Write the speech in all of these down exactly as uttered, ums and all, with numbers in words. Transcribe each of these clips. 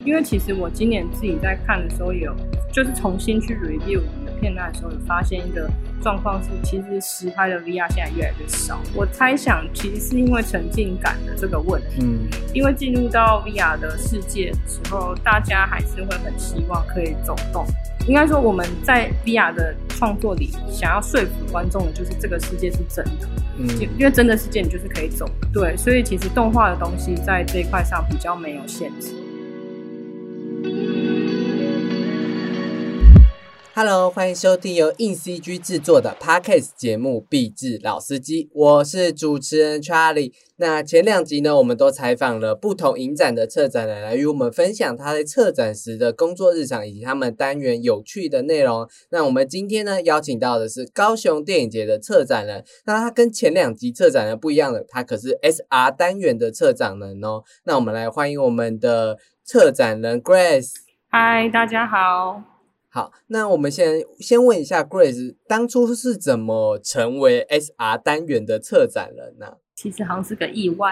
因为其实我今年自己在看的时候有就是重新去 review 我们的片段的时候，有发现一个状况是，其实实拍的 V R 现在越来越少。我猜想其实是因为沉浸感的这个问题，嗯，因为进入到 V R 的世界的时候，大家还是会很希望可以走动。应该说我们在 V R 的创作里想要说服观众的就是这个世界是真的，嗯，因为真的世界你就是可以走的，对，所以其实动画的东西在这一块上比较没有限制。 Hello， 欢迎收听由 I N C G 制作的 Podcast 节目《壁纸老司机》，我是主持人 Charlie。那前两集呢，我们都采访了不同影展的策展人，来与我们分享他在策展时的工作日常以及他们单元有趣的内容。那我们今天呢，邀请到的是高雄电影节的策展人。那他跟前两集策展人不一样的，他可是 S R 单元的策展人哦。那我们来欢迎我们的策展人 Grace。 嗨，大家好。 好，那我们先先问一下 Grace， 当初是怎么成为 S R 单元的策展人呢？ 其实好像是个意外。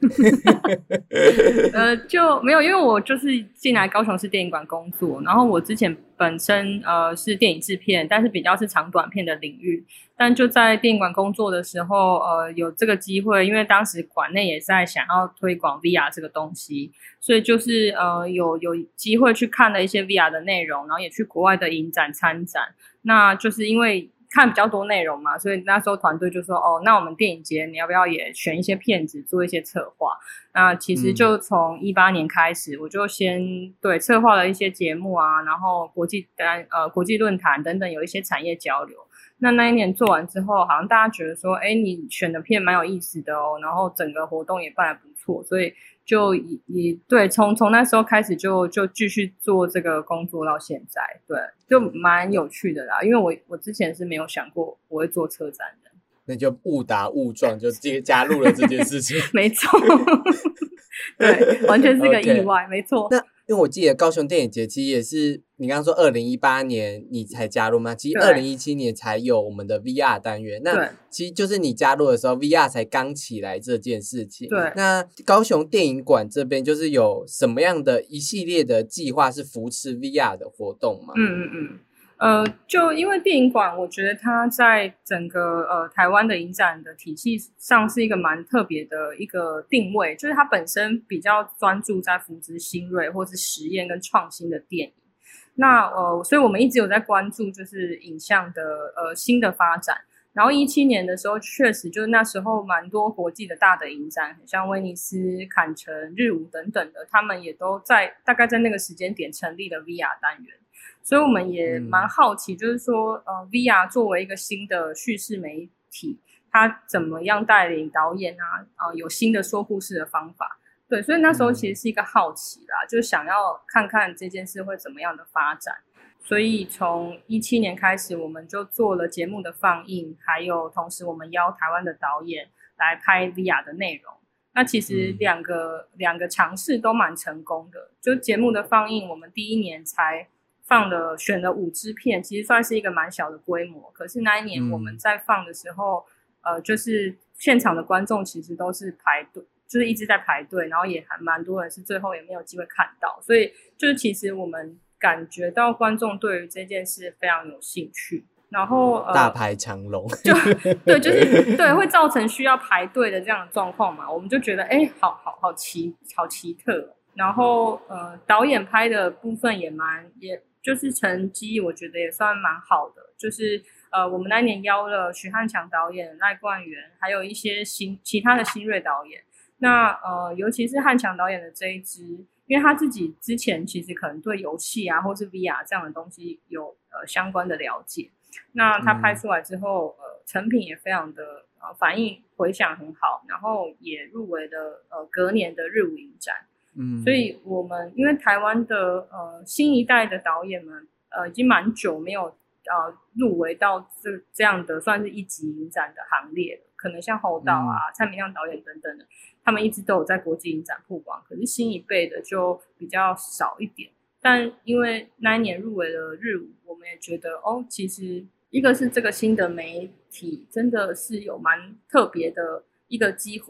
呃，就没有，因为我就是进来高雄市电影馆工作，然后我之前本身呃是电影制片，但是比较是长短片的领域，但就在电影馆工作的时候，呃，有这个机会，因为当时馆内也在想要推广 V R 这个东西，所以就是呃有有机会去看了一些 V R 的内容，然后也去国外的影展参展，那就是因为看比较多内容嘛，所以那时候团队就说哦，那我们电影节你要不要也选一些片子做一些策划。那其实就从一八年开始，我就先对策划了一些节目啊，然后国际呃国际论坛等等有一些产业交流。那那一年做完之后，好像大家觉得说诶你选的片蛮有意思的哦，然后整个活动也办得不错，所以就以以对从从那时候开始就就继续做这个工作到现在，对，就蛮有趣的啦。因为我我之前是没有想过我会做车展的， 那就误打误撞就加入了这件事情。 没错，对，完全是个意外， okay. 没错。 那因为我记得高雄电影节其实也是你刚刚说二零一八年你才加入吗？其实二零一七年才有我们的 V R 单元，那其实就是你加入的时候 V R 才刚起来这件事情。 对， 那高雄电影馆这边就是有什么样的一系列的计划是扶持 V R 的活动吗？ 嗯嗯嗯。呃，就因为电影馆，我觉得它在整个呃台湾的影展的体系上是一个蛮特别的一个定位，就是它本身比较专注在扶植新锐或是实验跟创新的电影。那呃，所以我们一直有在关注就是影像的呃新的发展。然后一七年的时候，确实就是那时候蛮多国际的大的影展，很像威尼斯、坎城、日舞等等的，他们也都在大概在那个时间点成立了 V R 单元。所以我们也蛮好奇，就是说呃 V R 作为一个新的叙事媒体，它怎么样带领导演啊呃有新的说故事的方法。对，所以那时候其实是一个好奇啦，就是想要看看这件事会怎么样的发展。所以从一七年开始，我们就做了节目的放映，还有同时我们邀台湾的导演来拍 V R 的内容。那其实两个、嗯、两个尝试都蛮成功的。就节目的放映，我们第一年才放了选了五支片，其实算是一个蛮小的规模。可是那一年我们在放的时候，嗯、呃，就是现场的观众其实都是排队，就是一直在排队，然后也还蛮多人是最后也没有机会看到。所以就是其实我们感觉到观众对于这件事非常有兴趣，然后呃大排长龙， 就对，就是对会造成需要排队的这样的状况嘛，我们就觉得哎，好好好奇好奇特。然后呃，导演拍的部分也蛮也。就是成绩我觉得也算蛮好的，就是呃，我们那一年邀了许汉强导演、赖冠元，还有一些新其他的新锐导演。那呃，尤其是汉强导演的这一支，因为他自己之前其实可能对游戏啊或是 V R 这样的东西有呃相关的了解。那他拍出来之后，呃，成品也非常的呃反应回响很好，然后也入围了呃隔年的日舞影展。嗯，所以我们因为台湾的呃新一代的导演们呃已经蛮久没有呃入围到这这样的算是一级影展的行列了，可能像侯导啊、嗯、蔡明亮导演等等的，他们一直都有在国际影展曝光，可是新一辈的就比较少一点。但因为那一年入围了日舞，我们也觉得哦，其实一个是这个新的媒体真的是有蛮特别的一个机会。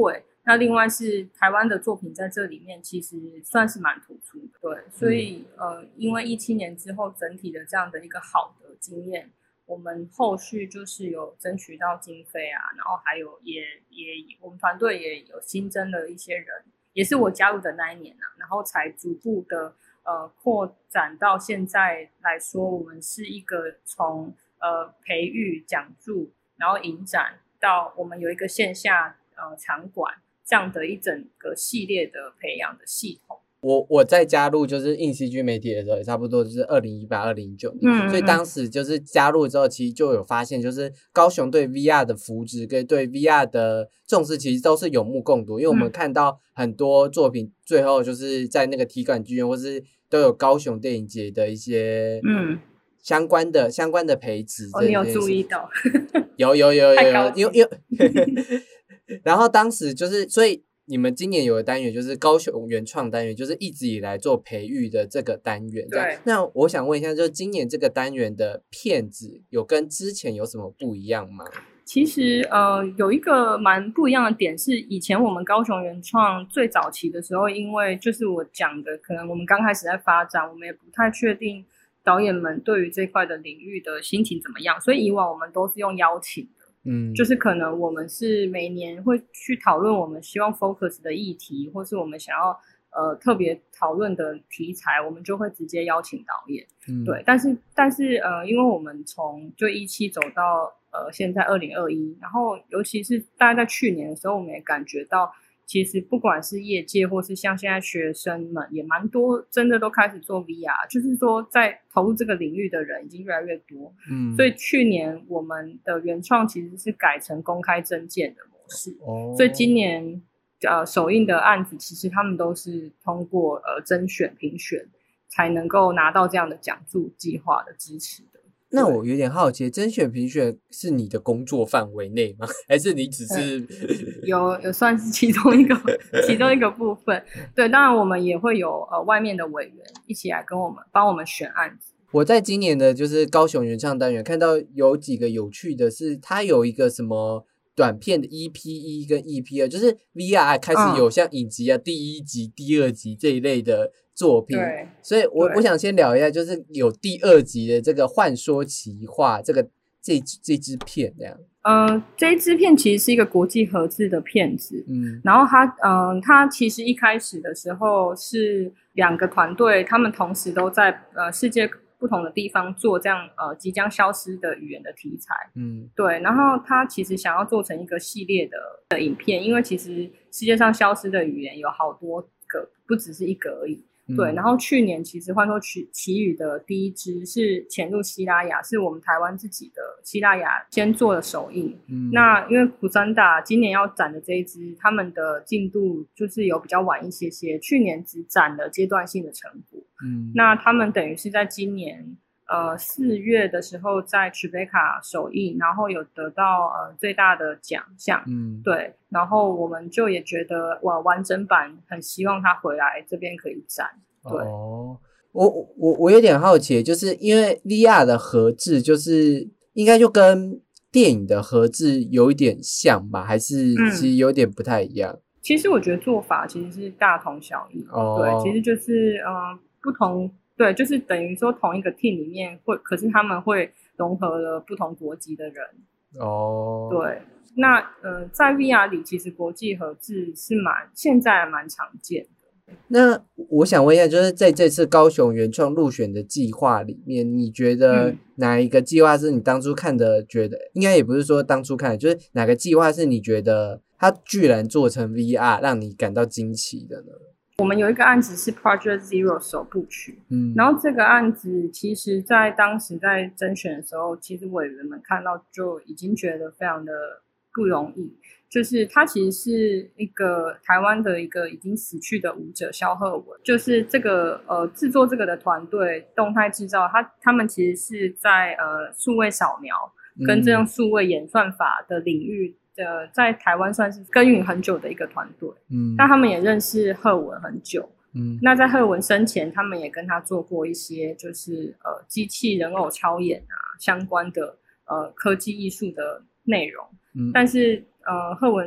那另外是台湾的作品在这里面其实算是蛮突出的，对，所以、嗯、呃，因为一七年之后整体的这样的一个好的经验，我们后续就是有争取到经费啊，然后还有也也我们团队也有新增了一些人，也是我加入的那一年啊，然后才逐步的呃扩展到现在来说，我们是一个从呃培育讲座，然后影展到我们有一个线下呃场馆这样的一整个系列的培养的系统。 我我在加入就是硬 C G 媒体的时候，也差不多就是二零一八、二零一九年、嗯，所以当时就是加入之后，其实就有发现，就是高雄对 V R 的扶植跟对 V R 的重视，其实都是有目共睹。因为我们看到很多作品最后就是在那个体感剧院，或是都有高雄电影节的一些嗯相关的、嗯、相关的培植。 哦，你有注意到？ 有有有有有，因为因为然后当时就是所以。你们今年有个单元就是高雄原创单元，就是一直以来做培育的这个单元。 对。 那我想问一下，就是今年这个单元的片子有跟之前有什么不一样吗？ 其实呃，有一个蛮不一样的点是，以前我们高雄原创最早期的时候，因为就是我讲的，可能我们刚开始在发展，我们也不太确定导演们对于这块的领域的心情怎么样，所以以往我们都是用邀请。嗯，就是可能我们是每年会去讨论我们希望 focus 的议题，或是我们想要呃特别讨论的题材，我们就会直接邀请导演。嗯，对，但是但是呃，因为我们从就一七走到呃现在二零二一，然后尤其是大概在去年的时候，我们也感觉到，其实不管是业界或是像现在学生们，也蛮多真的都开始做 V R， 就是说在投入这个领域的人已经越来越多。嗯，所以去年我们的原创其实是改成公开征件的模式。哦，所以今年呃首映的案子，其实他们都是通过呃甄选评选才能够拿到这样的奖助计划的支持的。 那我有点好奇，甄选评选是你的工作范围内吗？还是你只是有有算是其中一个其中一个部分？对，当然我们也会有呃外面的委员一起来跟我们帮我们选案子。 我在今年的就是高雄原创单元看到有几个有趣的是，它有一个什么短片的 E P 一 跟 E P 二，就是 V R 开始有像影集啊、嗯、第一集、第二集这一类的作品。对，所以我我想先聊一下，就是有第二集的这个幻说奇话这个这这支片这样。 呃，这一支片其实是一个国际合制的片子，嗯，然后它，嗯、呃，它其实一开始的时候是两个团队，他们同时都在呃世界不同的地方做这样呃即将消失的语言的题材，嗯，对，然后他其实想要做成一个系列的的影片，因为其实世界上消失的语言有好多个，不只是一个而已。对，然后去年其实幻说奇语的第一支是潜入西拉雅，是我们台湾自己的西拉雅先做的首映。嗯，那因为普桑达今年要展的这一支，他们的进度就是有比较晚一些些，去年只展了阶段性的成果。嗯，那他们等于是在今年呃四月的时候在 Tribeca 首映，然后有得到呃最大的奖项。嗯，对，然后我们就也觉得哇，完整版很希望他回来这边可以展。对， 哦，我我我有点好奇，就是因为 V R 的合制就是应该就跟电影的合制有一点像吧，还是其实有点不太一样？嗯， 其实我觉得做法其实是大同小异。哦，对，其实就是呃不同。对，就是等于说同一个 team 里面会，可是他们会融合了不同国籍的人。哦，对，那呃，在 V R 里，其实国际合制是蛮现在蛮常见的。 那我想问一下，就是在这次高雄原创入选的计划里面，你觉得哪一个计划是你当初看的觉得，应该也不是说当初看的，就是哪个计划是你觉得它居然做成 V R 让你感到惊奇的呢？ 我们有一个案子是 Project Zero 首部曲，嗯，然后这个案子其实在当时在甄选的时候，其实委员们看到就已经觉得非常的不容易，就是他其实是一个台湾的一个已经死去的舞者萧鹤文，就是这个呃制作这个的团队动态制造，他他们其实是在呃数位扫描跟这样数位演算法的领域。呃，在台湾算是耕耘很久的一个团队，嗯，那他们也认识鹤文很久，嗯，那在鹤文生前，他们也跟他做过一些就是呃机器人偶操演啊相关的呃科技艺术的内容，嗯，但是呃鹤文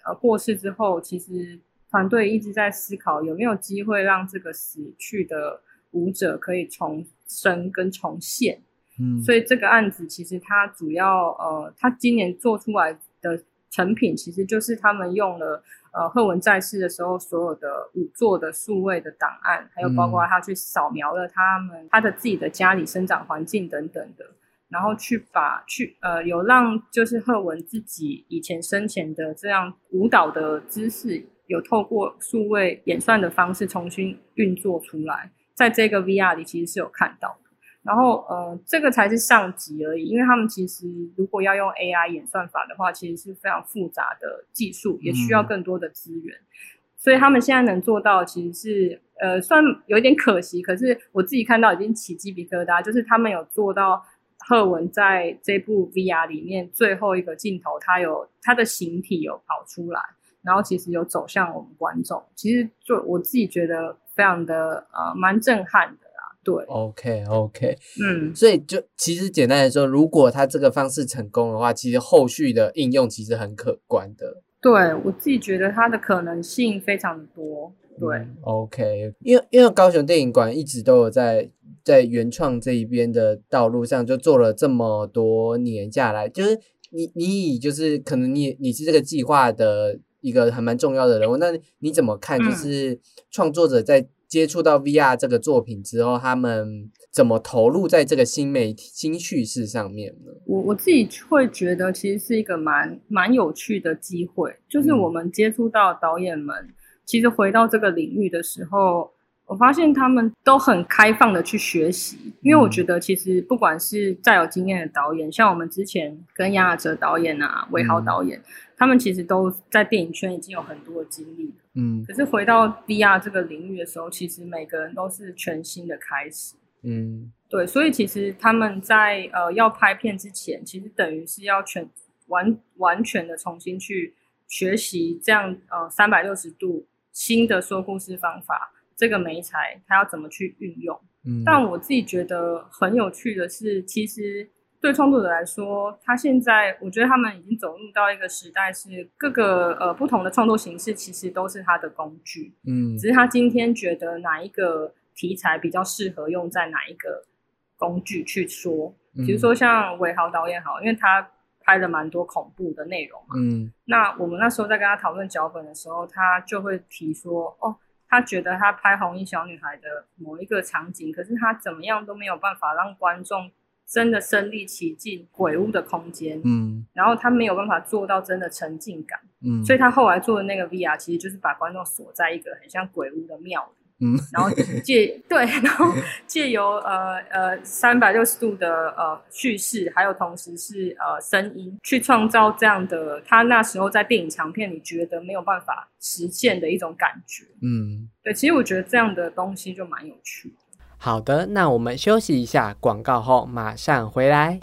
呃过世之后，其实团队一直在思考有没有机会让这个死去的舞者可以重生跟重现。嗯，所以这个案子其实它主要呃，它今年做出来的成品其实就是他们用了呃赫文在世的时候所有的舞作的数位的档案，还有包括他去扫描了他们他的自己的家里生长环境等等的，然后去把去呃有让就是赫文自己以前生前的这样舞蹈的姿势有透过数位演算的方式重新运作出来，在这个 V R 里其实是有看到的。然后呃，这个才是上级而已，因为他们其实如果要用 A I 演算法的话，其实是非常复杂的技术，也需要更多的资源。嗯、所以他们现在能做到，其实是呃，算有一点可惜。可是我自己看到已经起鸡皮疙瘩，就是他们有做到赫文在这部 V R 里面最后一个镜头，他有他的形体有跑出来，然后其实有走向我们观众。其实就我自己觉得非常的呃蛮震撼的。对 ，OK OK， 嗯， 所以就其实简单来说，如果他这个方式成功的话，其实后续的应用其实很可观的。 对，我自己觉得它的可能性非常的多。对、嗯、 ，OK， 因为因为高雄电影馆一直都有在在原创这一边的道路上就做了这么多年下来，就是你你以就是可能你你是这个计划的一个还蛮重要的人物，那你怎么看？就是创作者在接触到 V R 这个作品之后，他们怎么投入在这个新媒体新叙事上面呢？ 我我自己会觉得其实是一个蛮蛮有趣的机会，就是我们接触到导演们、嗯、其实回到这个领域的时候，我发现他们都很开放的去学习，因为我觉得其实不管是再有经验的导演，像我们之前跟杨雅哲导演啊、韦豪导演、嗯、他们其实都在电影圈已经有很多的经历了，嗯，可是回到 V R 这个领域的时候，其实每个人都是全新的开始，嗯，对，所以其实他们在呃要拍片之前，其实等于是要全完完全的重新去学习这样呃三百六十度新的说故事方法，这个媒材他要怎么去运用。嗯，但我自己觉得很有趣的是，其实对创作者来说，他现在我觉得他们已经走入到一个时代，是各个呃不同的创作形式其实都是他的工具，嗯，只是他今天觉得哪一个题材比较适合用在哪一个工具去说。比如说像韦豪导演好，因为他拍了蛮多恐怖的内容嘛，嗯，那我们那时候在跟他讨论脚本的时候，他就会提说，哦，他觉得他拍红衣小女孩的某一个场景，可是他怎么样都没有办法让观众真的身临其境鬼屋的空间，嗯，然后他没有办法做到真的沉浸感，嗯，所以他后来做的那个 V R 其实就是把观众锁在一个很像鬼屋的庙里，嗯，然后借对，然后借由呃呃三百六十度的呃叙事，还有同时是呃声音，去创造这样的他那时候在电影长片里觉得没有办法实现的一种感觉，嗯，对，其实我觉得这样的东西就蛮有趣的。 好的，那我们休息一下，广告后马上回来。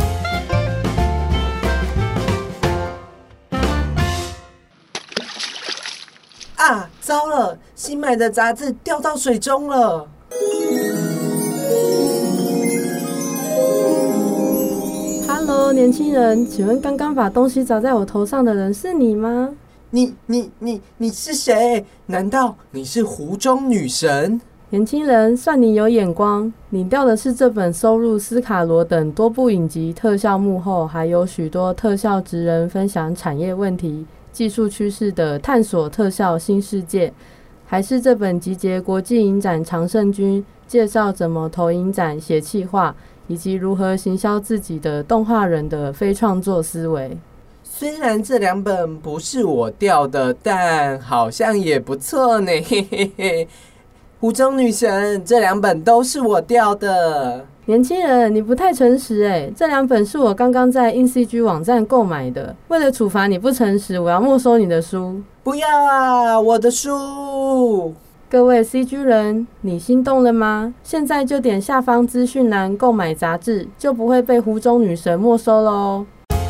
啊，糟了，新买的杂志掉到水中了。 Hello， 年轻人，请问刚刚把东西砸在我头上的人是你吗？ 你你你你是谁？难道你是湖中女神？ 年轻人，算你有眼光，你掉的是这本收入斯卡罗等多部影集特效幕后，还有许多特效职人分享产业问题、技术趋势的探索特效新世界，还是这本集结国际影展常胜军，介绍怎么投影展、写企划，以及如何行销自己的动画人的非创作思维？ 虽然这两本不是我掉的，但好像也不错呢，嘿嘿嘿。湖中女神，这两本都是我掉的。 年轻人，你不太诚实耶，这两本是我刚刚在 I N C G 网站购买的。为了处罚你不诚实，我要没收你的书。 不要啊，我的书！ 各位 C G 人，你心动了吗？现在就点下方资讯栏购买杂志，就不会被湖中女神没收了哦。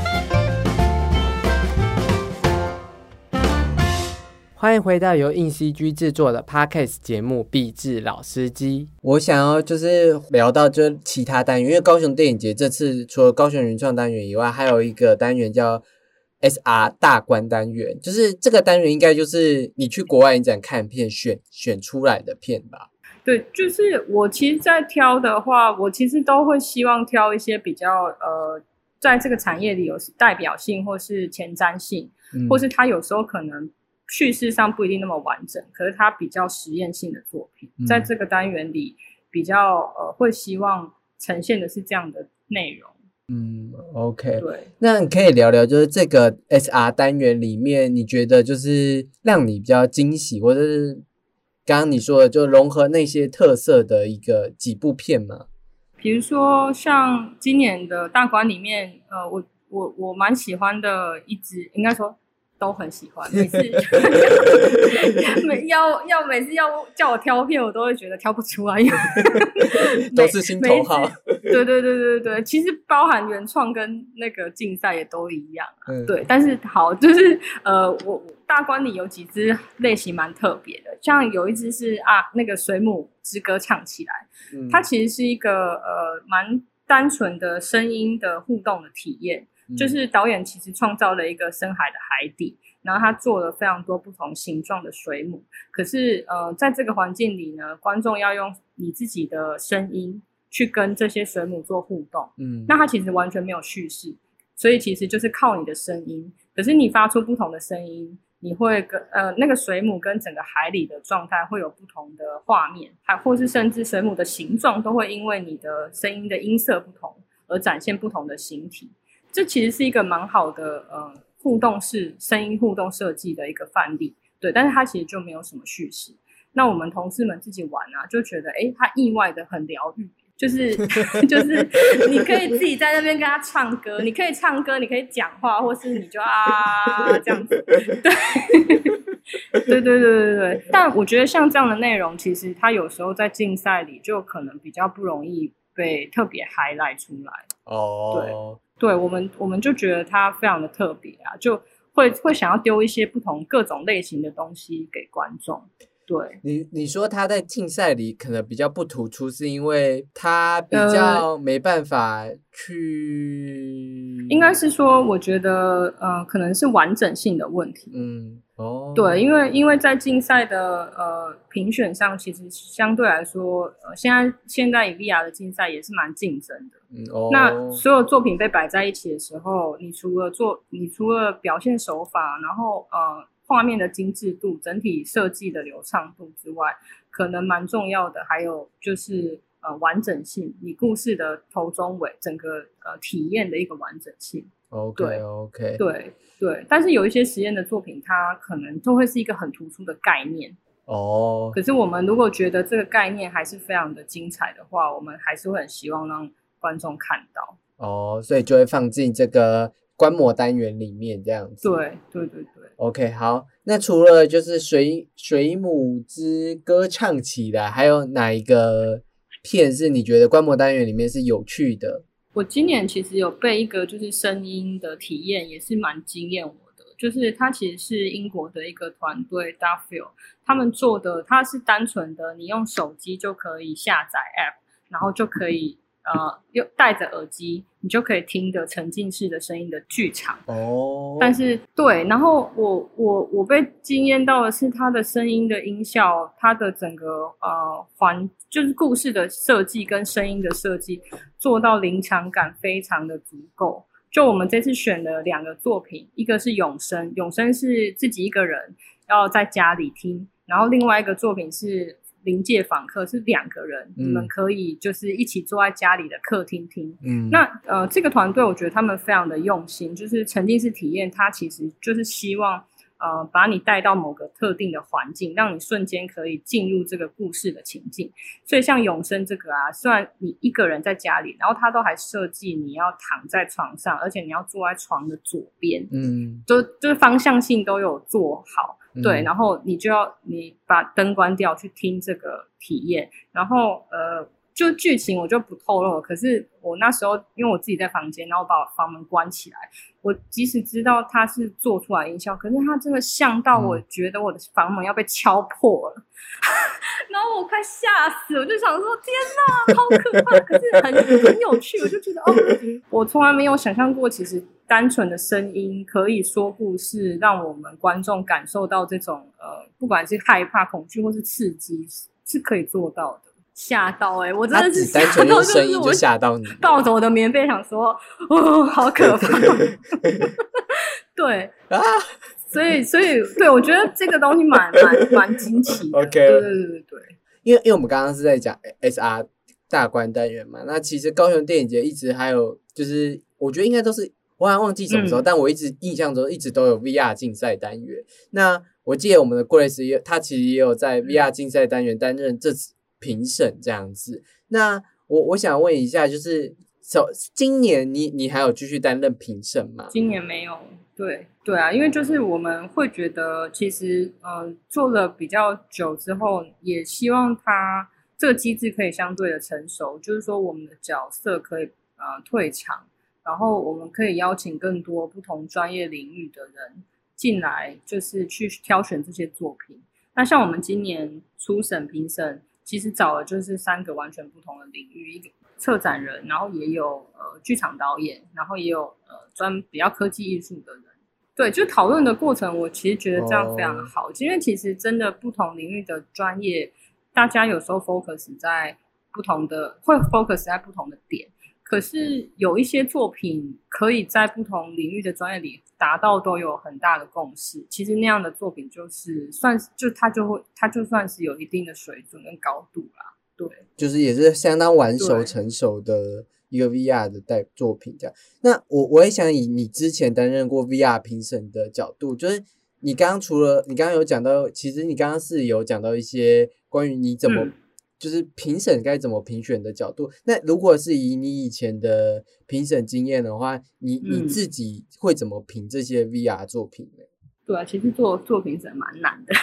欢迎回到由 I N C G 制作的 Podcast 节目《壁纸老司机》。我想要就是聊到就其他单元，因为高雄电影节这次除了高雄原创单元以外，还有一个单元叫 S R 大观单元，就是这个单元应该就是你去国外影展看片选选出来的片吧？ 对，就是我其实在挑的话，我其实都会希望挑一些比较呃，在这个产业里有代表性或是前瞻性，嗯、或是它有时候可能叙事上不一定那么完整，可是它比较实验性的作品，嗯、在这个单元里比较呃会希望呈现的是这样的内容。 嗯 ，OK， 对， 那你可以聊聊，就是这个 S R 单元里面，你觉得就是让你比较惊喜，或者是刚刚你说的，就融合那些特色的一个几部片吗？ 比如说像今年的大观里面，呃，我我我蛮喜欢的一支，应该说都很喜欢，每次每要要每次要叫我挑片，我都会觉得挑不出来，因为都是心头好。 对对对对对，其实包含原创跟那个竞赛也都一样、啊嗯、对。但是好，就是呃，我大观里有几支类型蛮特别的，像有一支是啊，那个水母之歌唱起来，嗯、它其实是一个呃蛮单纯的声音的互动的体验。就是导演其实创造了一个深海的海底，然后他做了非常多不同形状的水母，可是呃，在这个环境里呢，观众要用你自己的声音去跟这些水母做互动，嗯，那它其实完全没有叙事，所以其实就是靠你的声音，可是你发出不同的声音，你会跟呃那个水母跟整个海里的状态会有不同的画面，还或是甚至水母的形状都会因为你的声音的音色不同而展现不同的形体。这其实是一个蛮好的呃互动式声音互动设计的一个范例，对，但是它其实就没有什么叙事。那我们同事们自己玩啊，就觉得诶它意外的很疗愈，就是就是你可以自己在那边跟他唱歌，你可以唱歌，你可以讲话，或是你就啊这样子，对对对对对对。但我觉得像这样的内容，其实它有时候在竞赛里就可能比较不容易被特别 highlight 出来哦，对。对，我们我们就觉得它非常的特别啊，就会会想要丢一些不同各种类型的东西给观众。对， 你你说他在竞赛里可能比较不突出，是因为他比较没办法去， 呃、应该是说，我觉得呃，可能是完整性的问题。嗯。哦，对，因为因为在竞赛的呃评选上，其实相对来说，呃，现在现在以 V R 的竞赛也是蛮竞争的。嗯哦。那所有作品被摆在一起的时候，你除了做，你除了表现手法，然后呃画面的精致度、整体设计的流畅度之外，可能蛮重要的，还有就是呃完整性，你故事的头中尾，整个呃体验的一个完整性。 OK OK 对对，但是有一些实验的作品，它可能都会是一个很突出的概念哦。可是我们如果觉得这个概念还是非常的精彩的话，我们还是会很希望让观众看到哦，所以就会放进这个观摩单元里面这样子。 对对对对。 OK， 好，那除了就是水水母之歌唱起来，还有哪一个片是你觉得观摩单元里面是有趣的？ 我今年其实有被一个就是声音的体验也是蛮惊艳我的，就是它其实是英国的一个团队 Duffield 他们做的，它是单纯的你用手机就可以下载 App， 然后就可以呃又戴着耳机你就可以听的沉浸式的声音的剧场哦。但是对，然后我我我被惊艳到的是它的声音的音效，它的整个呃环就是故事的设计跟声音的设计做到临场感非常的足够。就我们这次选了两个作品，一个是永生，永生是自己一个人要在家里听，然后另外一个作品是临界访客，是两个人、嗯、你们可以就是一起坐在家里的客厅听。嗯，那呃这个团队我觉得他们非常的用心，就是沉浸式体验，它其实就是希望呃，把你带到某个特定的环境，让你瞬间可以进入这个故事的情境。所以像永生这个啊，虽然你一个人在家里，然后他都还设计你要躺在床上，而且你要坐在床的左边，嗯，就就是方向性都有做好，嗯、对，然后你就要你把灯关掉去听这个体验，然后呃。 就剧情我就不透露了，可是我那时候因为我自己在房间，然后把我房门关起来，我即使知道它是做出来的音效，可是它真的像到我觉得我的房门要被敲破了、嗯、然后我快吓死，我就想说天哪好可怕，可是很很有趣，我就觉得哦，我从来没有想象过其实单纯的声音可以说故事，让我们观众感受到这种呃，不管是害怕恐惧或是刺激是可以做到的。吓到哎、欸！我真的是吓到，单纯用声音就吓到你， 抱着我的棉被想说，哦，好可怕！对啊，所以所以对我觉得这个东西蛮蛮蛮惊奇的。 OK， 对对对对对， 因为因为我们刚刚是在讲 S R 大观单元嘛，那其实高雄电影节一直还有就是，我觉得应该都是我好像忘记什么时候、嗯，但我一直印象中一直都有 V R 竞赛单元。那我记得我们的 Grace 也，他其实也有在 V R 竞赛单元担任这次评审这样子。那我我想问一下，就是今年你你还有继续担任评审吗？ 今年没有。对对啊，因为就是我们会觉得其实呃做了比较久之后，也希望它这个机制可以相对的成熟，就是说我们的角色可以呃退场，然后我们可以邀请更多不同专业领域的人进来，就是去挑选这些作品。那像我们今年初审评审其实找的就是三个完全不同的领域，一个策展人，然后也有呃剧场导演，然后也有呃专比较科技艺术的人。对，就讨论的过程，我其实觉得这样非常好， oh. 因为其实真的不同领域的专业，大家有时候 focus 在不同的，会 focus 在不同的点，可是有一些作品可以在不同领域的专业里达到都有很大的共识，其实那样的作品就是算就它就会它就算是有一定的水准跟高度啦。对， 就是也是相当完熟成熟的一个 V R 的代作品这样。那我我也想以你之前担任过 V R 评审的角度，就是你刚刚除了你刚刚有讲到，其实你刚刚是有讲到一些关于你怎么、嗯、就是评审该怎么评选的角度。那如果是以你以前的评审经验的话，你你自己会怎么评这些 V R 作品呢？ 对啊，其实做做评审蛮难的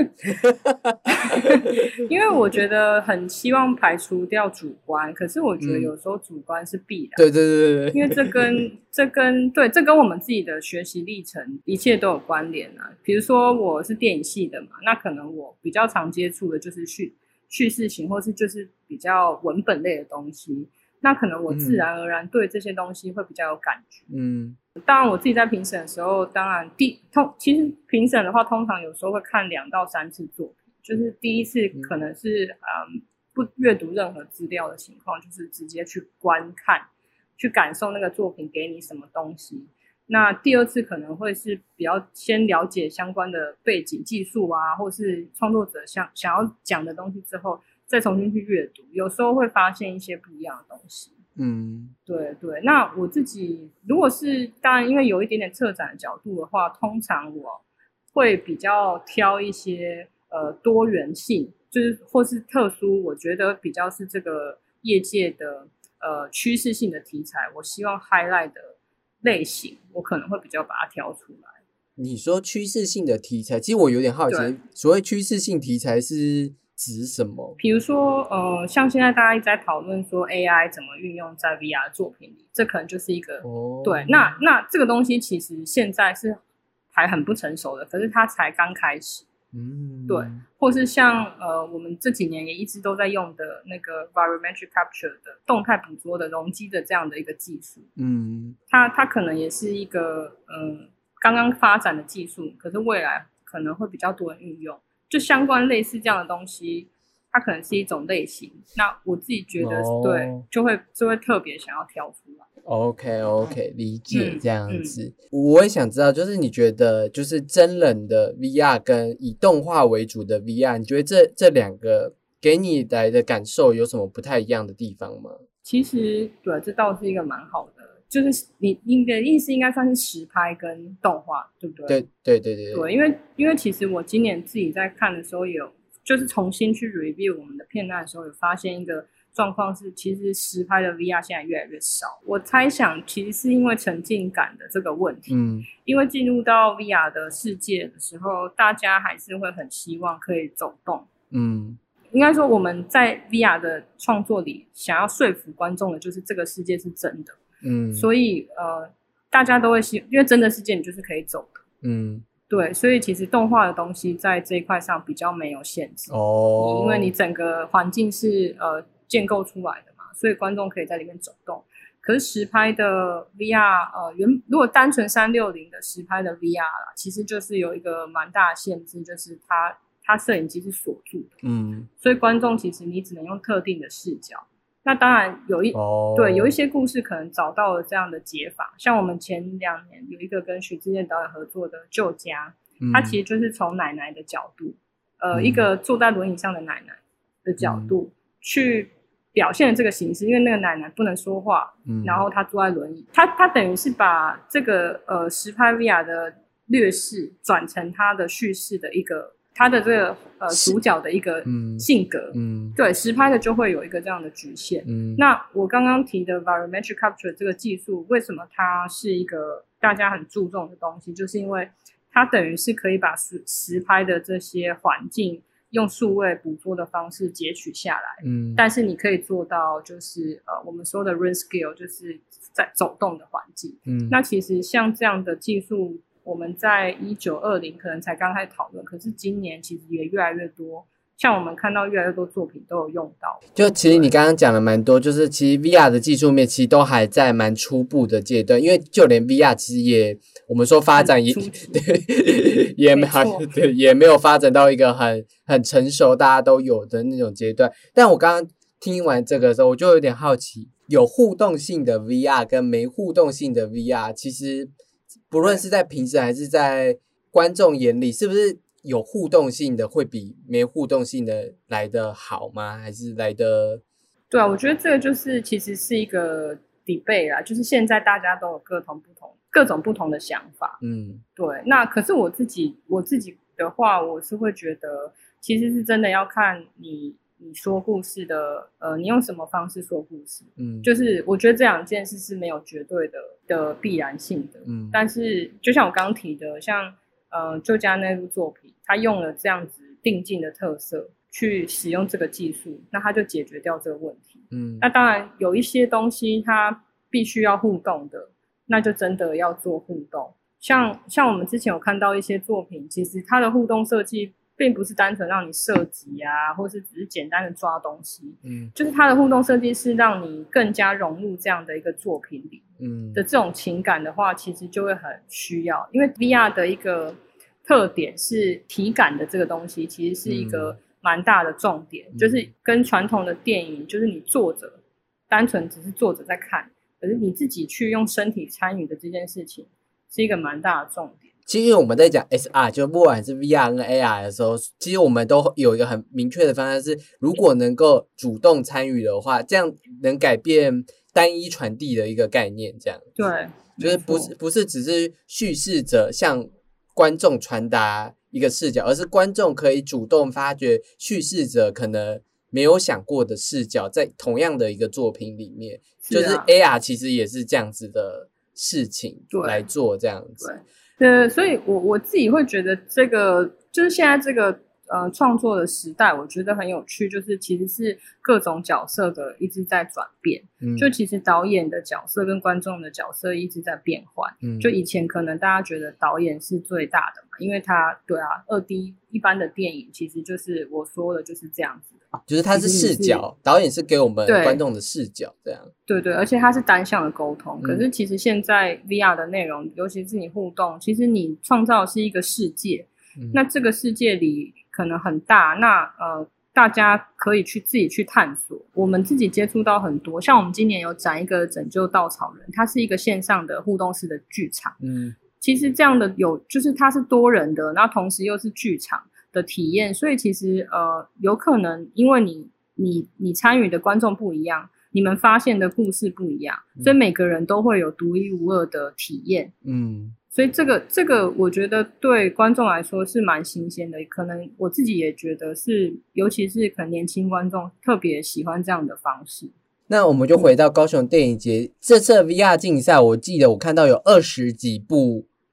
因为我觉得很希望排除掉主观，可是我觉得有时候主观是必然、嗯、对对对对，因为这跟这跟对这跟我们自己的学习历程一切都有关联啊。比如说我是电影系的嘛，那可能我比较常接触的就是叙叙事型或是就是比较文本类的东西，那可能我自然而然对这些东西会比较有感觉。嗯，当然我自己在评审的时候，当然第通其实评审的话通常有时候会看两到三次作品，就是第一次可能是嗯不阅读任何资料的情况，就是直接去观看去感受那个作品给你什么东西。那第二次可能会是比较先了解相关的背景技术啊，或是创作者想想要讲的东西之后再重新去阅读，有时候会发现一些不一样的东西。嗯，对对。那我自己如果是当然因为有一点点策展的角度的话，通常我会比较挑一些呃多元性，就是或是特殊，我觉得比较是这个业界的呃趋势性的题材，我希望 highlight 的类型，我可能会比较把它挑出来。 你说趋势性的题材，其实我有点好奇，所谓趋势性题材是指什么？ 比如说呃，像现在大家一直在讨论说 A I 怎么运用在 V R 作品里，这可能就是一个、哦、对，那那这个东西其实现在是还很不成熟的，可是它才刚开始。嗯，对，或是像呃，我们这几年也一直都在用的那个 Volumetric Capture 的动态捕捉的容积的这样的一个技术，嗯，它它可能也是一个嗯刚刚发展的技术，可是未来可能会比较多人运用，就相关类似这样的东西，它可能是一种类型。那我自己觉得、哦、对，就会就会特别想要挑出来。 OK OK 理解这样子、嗯嗯、我也想知道，就是你觉得就是真人的 V R 跟以动画为主的 V R， 你觉得这这两个给你来的感受有什么不太一样的地方吗？ 其实对，这倒是一个蛮好的，就是你你的意思应该算是实拍跟动画，对不对？ 对对对对 对, 对，因为因为其实我今年自己在看的时候也有就是重新去 review 我们的片段的时候，有发现一个状况是，其实实拍的 V R 现在越来越少。我猜想其实是因为沉浸感的这个问题，嗯，因为进入到 V R 的世界的时候，大家还是会很希望可以走动，嗯， 应该说我们在 V R 的创作里想要说服观众的就是这个世界是真的，嗯，所以呃大家都会希因为真的世界你就是可以走的，嗯，对，所以其实动画的东西在这一块上比较没有限制哦，因为你整个环境是呃建构出来的嘛，所以观众可以在里面走动。可是实拍的 V R 呃原如果单纯三六零的实拍的 V R 啦，其实就是有一个蛮大的限制，就是它它摄影机是锁住的，嗯，所以观众其实你只能用特定的视角。那当然有一、哦、对有一些故事可能找到了这样的解法，像我们前两年有一个跟许智彥导演合作的旧家，嗯，它其实就是从奶奶的角度，呃、嗯，一个坐在轮椅上的奶奶的角度、嗯、去表现了这个形式，因为那个奶奶不能说话，嗯，然后她坐在轮椅，她她等于是把这个呃实拍 V R 的劣势转成她的叙事的一个。他的这个呃主角的一个性格，嗯，对，实拍的就会有一个这样的局限。嗯，那我刚刚提的 Volumetric Capture 这个技术，为什么它是一个大家很注重的东西？就是因为它等于是可以把实实拍的这些环境用数位捕捉的方式截取下来，嗯，但是你可以做到就是呃我们说的 Real Scale， 就是在走动的环境。嗯，那其实像这样的技术。我们在一九二零可能才刚开始讨论，可是今年其实也越来越多，像我们看到越来越多作品都有用到。 就其实你刚刚讲了蛮多，就是其实 V R 的技术面其实都还在蛮初步的阶段，因为就连 V R 其实也我们说发展也对也没对也没有发展到一个很很成熟大家都有的那种阶段。但我刚刚听完这个的时候，我就有点好奇，有互动性的 V R 跟没互动性的 V R， 其实。不论是在平时还是在观众眼里，是不是有互动性的会比没互动性的来得好吗？还是来得？ 对啊，我觉得这个就是其实是一个 debate 啦，就是现在大家都有各种不同、各种不同的想法。嗯，对。那可是我自己我自己的话，我是会觉得，其实是真的要看你。你说故事的呃你用什么方式说故事，嗯，就是我觉得这两件事是没有绝对的的必然性的，嗯，但是就像我刚刚提的，像呃旧家那部作品，他用了这样子定镜的特色去使用这个技术，那他就解决掉这个问题，嗯，那当然有一些东西它必须要互动的，那就真的要做互动，像像我们之前有看到一些作品，其实它的互动设计并不是单纯让你射击啊，或是只是简单的抓东西，嗯，就是它的互动设计是让你更加融入这样的一个作品里，嗯的这种情感的话，其实就会很需要，因为 V R 的一个特点是体感的这个东西，其实是一个蛮大的重点，嗯，就是跟传统的电影，就是你坐着，单纯只是坐着在看，可是你自己去用身体参与的这件事情，是一个蛮大的重点。 其实我们在讲 S R 就不管是 V R 跟 A R 的时候，其实我们都有一个很明确的方向是，如果能够主动参与的话，这样能改变单一传递的一个概念，这样对， 就是不是不是只是叙事者向观众传达一个视角，而是观众可以主动发掘叙事者可能没有想过的视角，在同样的一个作品里面，是啊，就是 A R 其实也是这样子的事情来做这样子。 呃，所以我我自己会觉得这个就是现在这个呃创作的时代，我觉得很有趣，就是其实是各种角色的一直在转变，嗯，就其实导演的角色跟观众的角色一直在变换，嗯，就以前可能大家觉得导演是最大的嘛，因为他对啊 二 D 一般的电影其实就是我说的就是这样子的， 就是他是视角，导演是给我们观众的视角这样， 对对，而且它是单向的沟通，嗯，可是其实现在 V R 的内容，尤其是你互动，其实你创造的是一个世界，嗯，那这个世界里可能很大，那呃大家可以去自己去探索，我们自己接触到很多，像我们今年有展一个拯救稻草人，它是一个线上的互动式的剧场，嗯，其实这样的有就是它是多人的，那同时又是剧场的体验，所以其实呃有可能因为你你你参与的观众不一样，你们发现的故事不一样，所以每个人都会有独一无二的体验，嗯，所以这个这个我觉得对观众来说是蛮新鲜的，可能我自己也觉得是，尤其是可能年轻观众特别喜欢这样的方式。 那我们就回到高雄电影节，这次的 V R 竞赛，我记得我看到有二十几部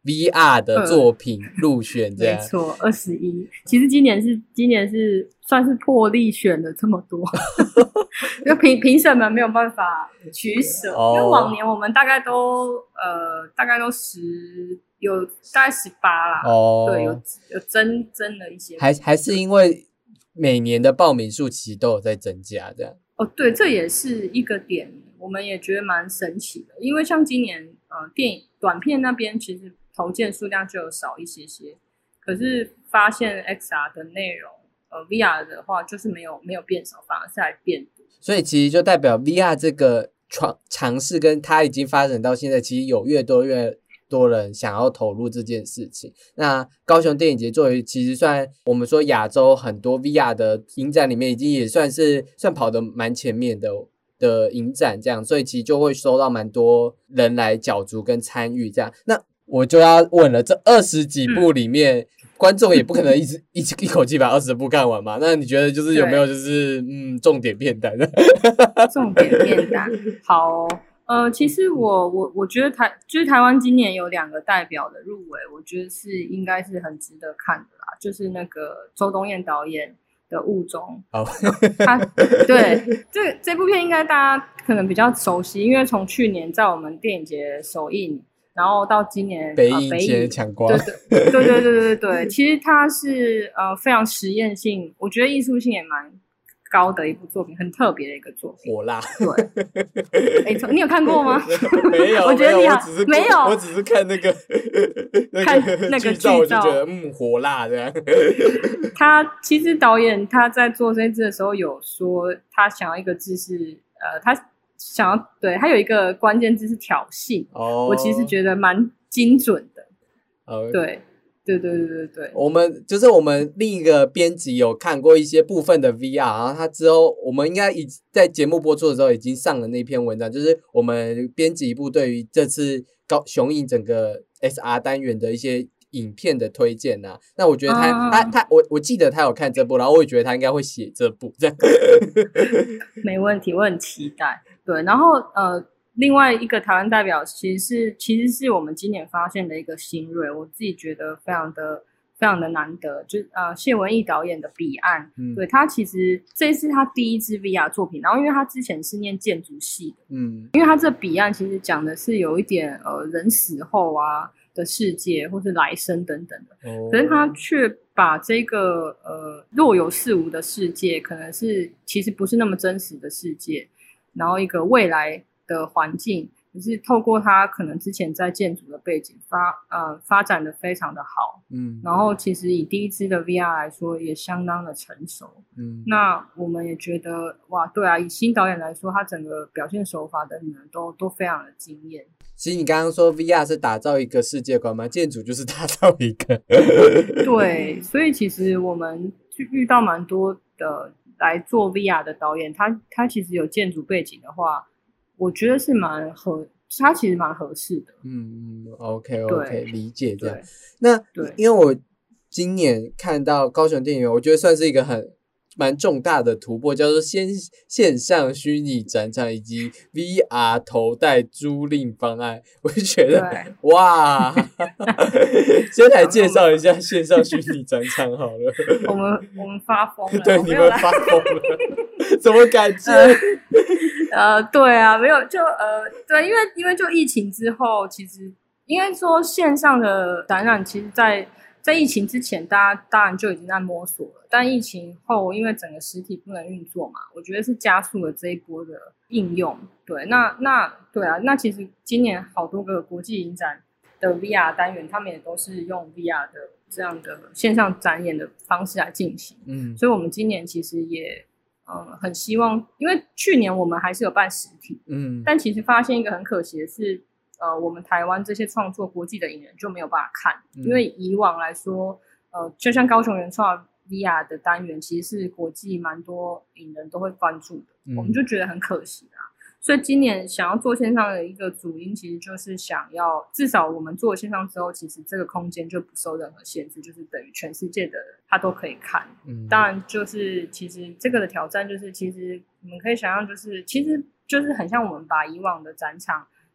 V R 的作品入选这样。 没错，二十一。其实今年是今年是算是破例选了这么多，因为评评审们没有办法取舍，哦、因为往年我们大概都呃大概都十有大概十八啦，哦，对，有有增增了一些， 还还是因为每年的报名数其实都有在增加这样。 哦，对，这也是一个点，我们也觉得蛮神奇的，因为像今年呃电影短片那边其实投件数量就有少一些些，可是发现 X R 的内容，呃 V R 的话就是没有没有变少，反而是还变多。 所以其实就代表 V R 这个尝试跟它已经发展到现在，其实有越多越多人想要投入这件事情。那高雄电影节作为其实算我们说亚洲很多 V R 的影展里面，已经也算是算跑得蛮前面的的影展这样，所以其实就会收到蛮多人来角逐跟参与这样。那我就要问了，这二十几部里面、嗯、观众也不可能一直一一口气把二十部看完嘛，那你觉得就是有没有就是嗯重点片单重点片单好、哦呃，其实我我我觉得台就是台湾今年有两个代表的入围，我觉得是应该是很值得看的啦，就是那个周东彦导演的《雾中》 哦， 他对这这部片应该大家可能比较熟悉，因为从去年在我们电影节首映，然后到今年北影节抢光， 对对对对对对对，其实它是呃非常实验性，我觉得艺术性也蛮高的一部作品，很特别的一个作品。 火辣， 对，没错，你有看过吗？ 没有， 我觉得你好，没有， 我只是看那个看那个剧照， 我就觉得嗯，火辣这样。 他其实导演他在做这支的时候有说，他想要一个字是呃，他想要对他有一个关键字是挑衅，哦，我其实觉得蛮精准的，哦，对。对对对对对， 我们就是我们另一个编辑有看过一些部分的 V R， 然后他之后我们应该已在节目播出的时候已经上了那篇文章，就是我们编辑部对于这次高雄影整个 S R 单元的一些影片的推荐啊。那我觉得他、啊、他他我我记得他有看这部，然后我也觉得他应该会写这部这样。 没问题，我很期待。对，然后呃。另外一个台湾代表其实是其实是我们今年发现的一个新锐，我自己觉得非常的非常的难得，就呃谢文义导演的《彼岸》，嗯，对，他其实这是他第一支 V R 作品，然后因为他之前是念建筑系的，嗯，因为他这《彼岸》其实讲的是有一点呃人死后啊的世界或是来生等等的，哦，可是他却把这个呃若有似无的世界，可能是其实不是那么真实的世界，然后一个未来的环境，只是透过他可能之前在建筑的背景发呃发展的非常的好，嗯，然后其实以第一支的 V R 来说也相当的成熟，嗯，那我们也觉得哇，对啊，以新导演来说，他整个表现手法等等都都非常的惊艳。 其实你刚刚说 V R 是打造一个世界观吗？建筑就是打造一个， 对，所以其实我们遇到蛮多的来做 V R 的导演，他他其实有建筑背景的话。我觉得是蛮合，它其实蛮合适的。 嗯嗯 ，OK OK， 理解这样。那对，因为我今年看到高雄电影院，我觉得算是一个很蛮重大的突破，叫做线线上虚拟展场以及 V R 头戴租赁方案。我就觉得哇，先来介绍一下线上虚拟展场好了。 我们我们发疯了， 对，你们发疯了，怎么感觉？ 呃，对啊，没有就呃，对，因为因为就疫情之后，其实应该说线上的展览，其实在在疫情之前，大家当然就已经在摸索了，但疫情后，因为整个实体不能运作嘛，我觉得是加速了这一波的应用。对，那那对啊，那其实今年好多个国际影展的 V R 单元，他们也都是用 V R 的这样的线上展演的方式来进行。嗯，所以我们今年其实也。嗯，很希望，因为去年我们还是有办实体，嗯，但其实发现一个很可惜的是，呃，我们台湾这些创作国际的影人就没有办法看，嗯，因为以往来说，呃，就像高雄原创 V R 的单元，其实是国际蛮多影人都会关注的，嗯，我们就觉得很可惜啊。所以今年想要做线上的一个主因，其实就是想要至少我们做线上之后，其实这个空间就不受任何限制，就是等于全世界的人他都可以看。嗯，当然就是其实这个的挑战就是，其实你们可以想象，就是其实就是很像我们把以往的展场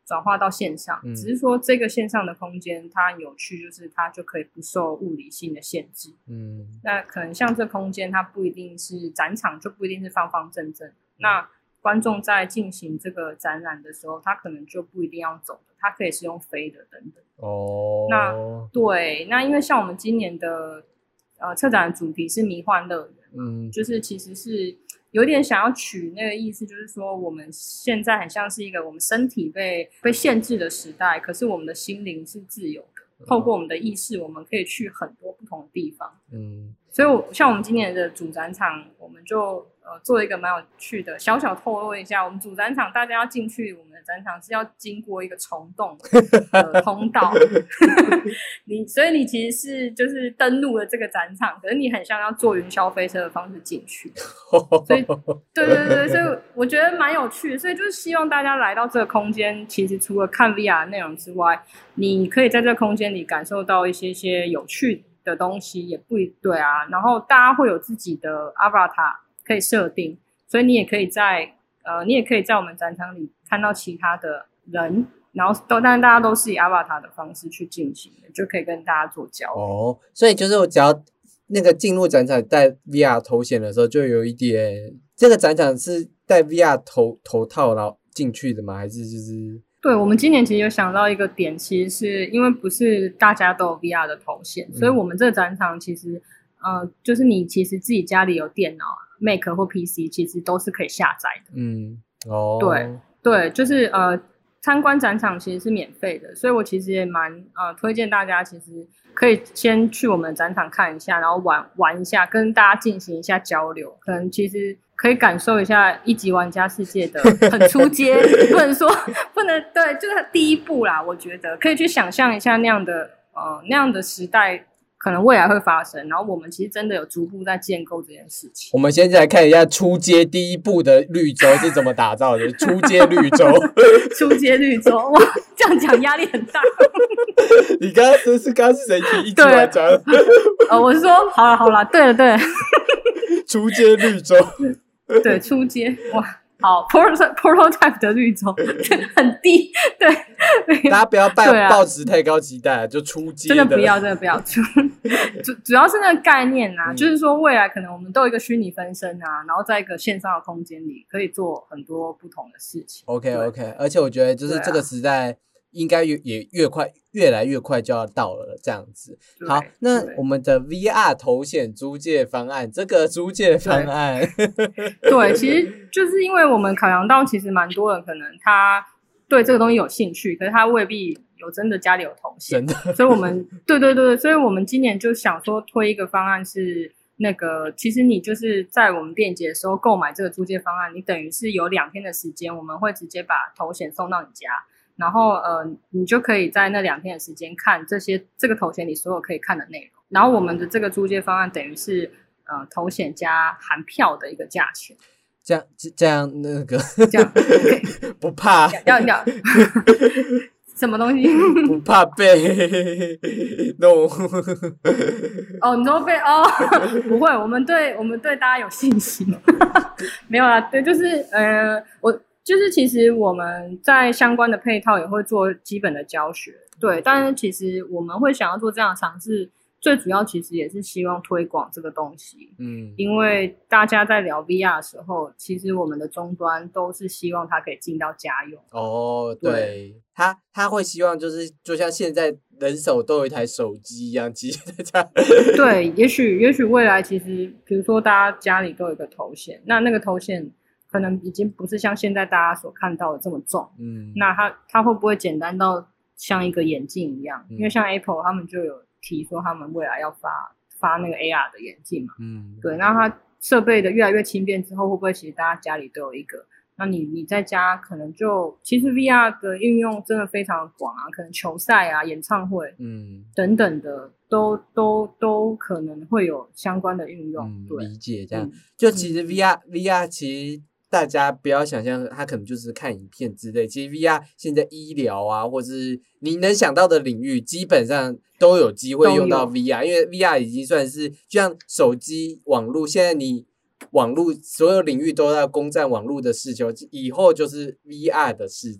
转化到线上， 嗯、 只是说这个线上的空间它很有趣，就是它就可以不受物理性的限制。嗯，那可能像这空间它不一定是展场，就不一定是方方正正，那观众在进行这个展览的时候，他可能就不一定要走的，他可以是用飞的等等。哦，那对，那因为像我们今年的呃策展的主题是迷幻乐园，嗯，就是其实是有点想要取那个意思，就是说我们现在很像是一个我们身体被被限制的时代，可是我们的心灵是自由的，透过我们的意识，我们可以去很多不同的地方。嗯，所以我像我们今年的主展场，我们就呃做一个蛮有趣的，小小透露一下，我们主展场大家要进去我们的展场是要经过一个虫洞的通道你所以你其实是就是登陆了这个展场，可是你很像要坐云霄飞车的方式进去所以对对对，所以我觉得蛮有趣的，所以就是希望大家来到这个空间，其实除了看 V R 内容之外，你可以在这个空间里感受到一些些有趣的东西，也不对啊，然后大家会有自己的 avatar 可以设定，所以你也可以在呃，你也可以在我们展场里看到其他的人，然后都但是大家都是以 avatar 的方式去进行的，就可以跟大家做交流。 哦，所以就是我只要那个进入展场戴 V R 头显的时候，就有一点，这个展场是戴 V R 头头套然后进去的吗？还是就是？ 对，我们今年其实有想到一个点，其实是因为不是大家都有 V R 的头显、嗯、所以我们这个展场其实呃，就是你其实自己家里有电脑 Mac 或 P C 其实都是可以下载的。嗯，哦，对对，就是呃，参观展场其实是免费的，所以我其实也蛮呃推荐大家其实可以先去我们的展场看一下，然后玩玩一下，跟大家进行一下交流，可能其实可以感受一下一级玩家世界的很初阶不能说不能对，就是第一步啦，我觉得可以去想象一下那样的呃那样的时代可能未来会发生，然后我们其实真的有逐步在建构这件事情。 我们先来看一下初阶第一步的绿洲是怎么打造的初阶绿洲初阶绿洲，哇，这样讲压力很大你刚刚这是刚刚是谁提一级玩家呃，我是说好了好了，对了对了初阶绿洲对，初阶，哇，好 prototype 的绿洲很低，对， 大家不要抱持太高期待，就初阶的， 真的不要，真的不要主主要是那个概念啊、嗯，就是说未来可能我们都有一个虚拟分身啊，然后在一个线上的空间里可以做很多不同的事情。 OK OK， 而且我觉得就是这个时代应该也越快越来越快就要到了这样子。好，那我们的 V R 头显租借方案，这个租借方案对, 对，其实就是因为我们考量到其实蛮多人可能他对这个东西有兴趣，可是他未必有真的家里有头显，真的，所以我们对对对，所以我们今年就想说推一个方案是那个，其实你就是在我们电影节的时候购买这个租借方案，你等于是有两天的时间，我们会直接把头显送到你家。然后呃，你就可以在那两天的时间看这些这个头显里所有可以看的内容。然后我们的这个租借方案等于是呃头显加含票的一个价钱。 这样这样那个这样、okay、 不怕要要什么东西？ 不怕被弄、no 哦，你说被哦？不会，我们对我们对大家有信心。没有啦，对，就是呃我。就是其实我们在相关的配套也会做基本的教学，对，但是其实我们会想要做这样的尝试，最主要其实也是希望推广这个东西，嗯，因为大家在聊 V R 的时候，其实我们的终端都是希望它可以进到家用。 哦，对，对他他会希望就是就像现在人手都有一台手机一样，其实这样对，也许也许未来其实比如说大家家里都有一个头显，那那个头显可能已经不是像现在大家所看到的这么重，嗯，那它它会不会简单到像一个眼镜一样？嗯、因为像 Apple 他们就有提说他们未来要发发那个 A R 的眼镜嘛，嗯，对，那它设备的越来越轻便之后，会不会其实大家家里都有一个？那你你在家可能就其实 V R 的应用真的非常广啊，可能球赛啊、演唱会，嗯，等等的都都都可能会有相关的运用， 嗯、 对， 理解这样。嗯、就其实 V R、嗯、V R 其实。大家不要想象它可能就是看影片之类，其实 V R 现在医疗啊，或是你能想到的领域，基本上都有机会用到 V R， 因为 V R 已经算是就像手机网络，现在你网络所有领域都要攻占网络的需求，以后就是 V R 的世界。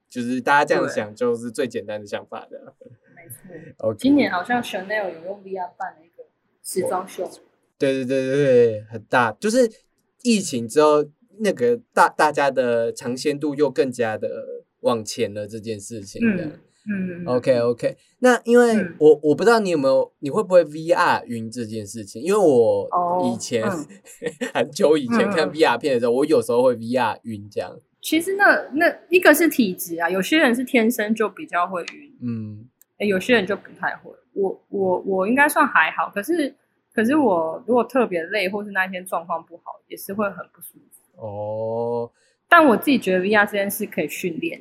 就是大家这样想就是最简单的想法的。 没错。 Okay. 今年好像 Chanel 有用 V R 办了一个时装秀。 对对对对对，很大，就是疫情之后那个大大家的尝鲜度又更加的往前了这件事情的。 嗯嗯 OK OK， 那因为我、嗯、我不知道你有没有，你会不会 V R 晕这件事情？因为我以前、哦嗯、很久以前看 V R 片的时候，嗯、我有时候会 V R 晕这样。 其实那那一个是体质啊，有些人是天生就比较会晕，嗯，有些人就不太会。我我我应该算还好，可是可是我如果特别累，或是那一天状况不好，也是会很不舒服。哦，但我自己觉得 V R 这件事可以训练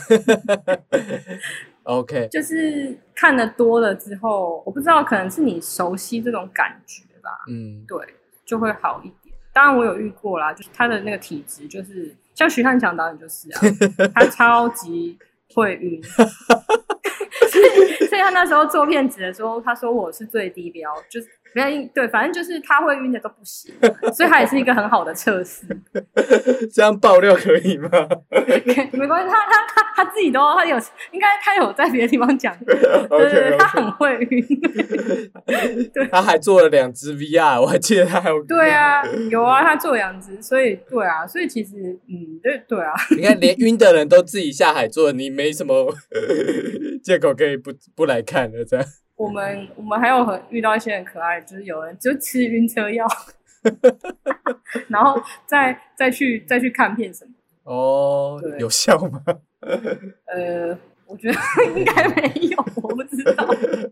OK， 就是看得多了之后，我不知道可能是你熟悉这种感觉吧，嗯，对，就会好一点。当然我有遇过啦，就是他的那个体质，就是像徐汉强导演就是啊，他超级会晕，所以所以他那时候做片子的时候，他说我是最低标，就是没有对，反正就是他会晕的都不行，所以他也是一个很好的测试。 这样爆料可以吗？ 没关系，他他他他自己都他有，应该他有在别的地方讲过， okay, 对对对，他很会晕。对， 他还做了两支 V R， 我还记得他还有。 对啊，有啊，他做两支，所以对啊，所以其实嗯，对对啊。 你看，连晕的人都自己下海做，你没什么借口可以不不来看了，这样。 我们我们还有很遇到一些很可爱的，就是有人就吃晕车药，然后再再去再去看片什么。 哦，有效吗？ 呃，我觉得应该没有，我不知道。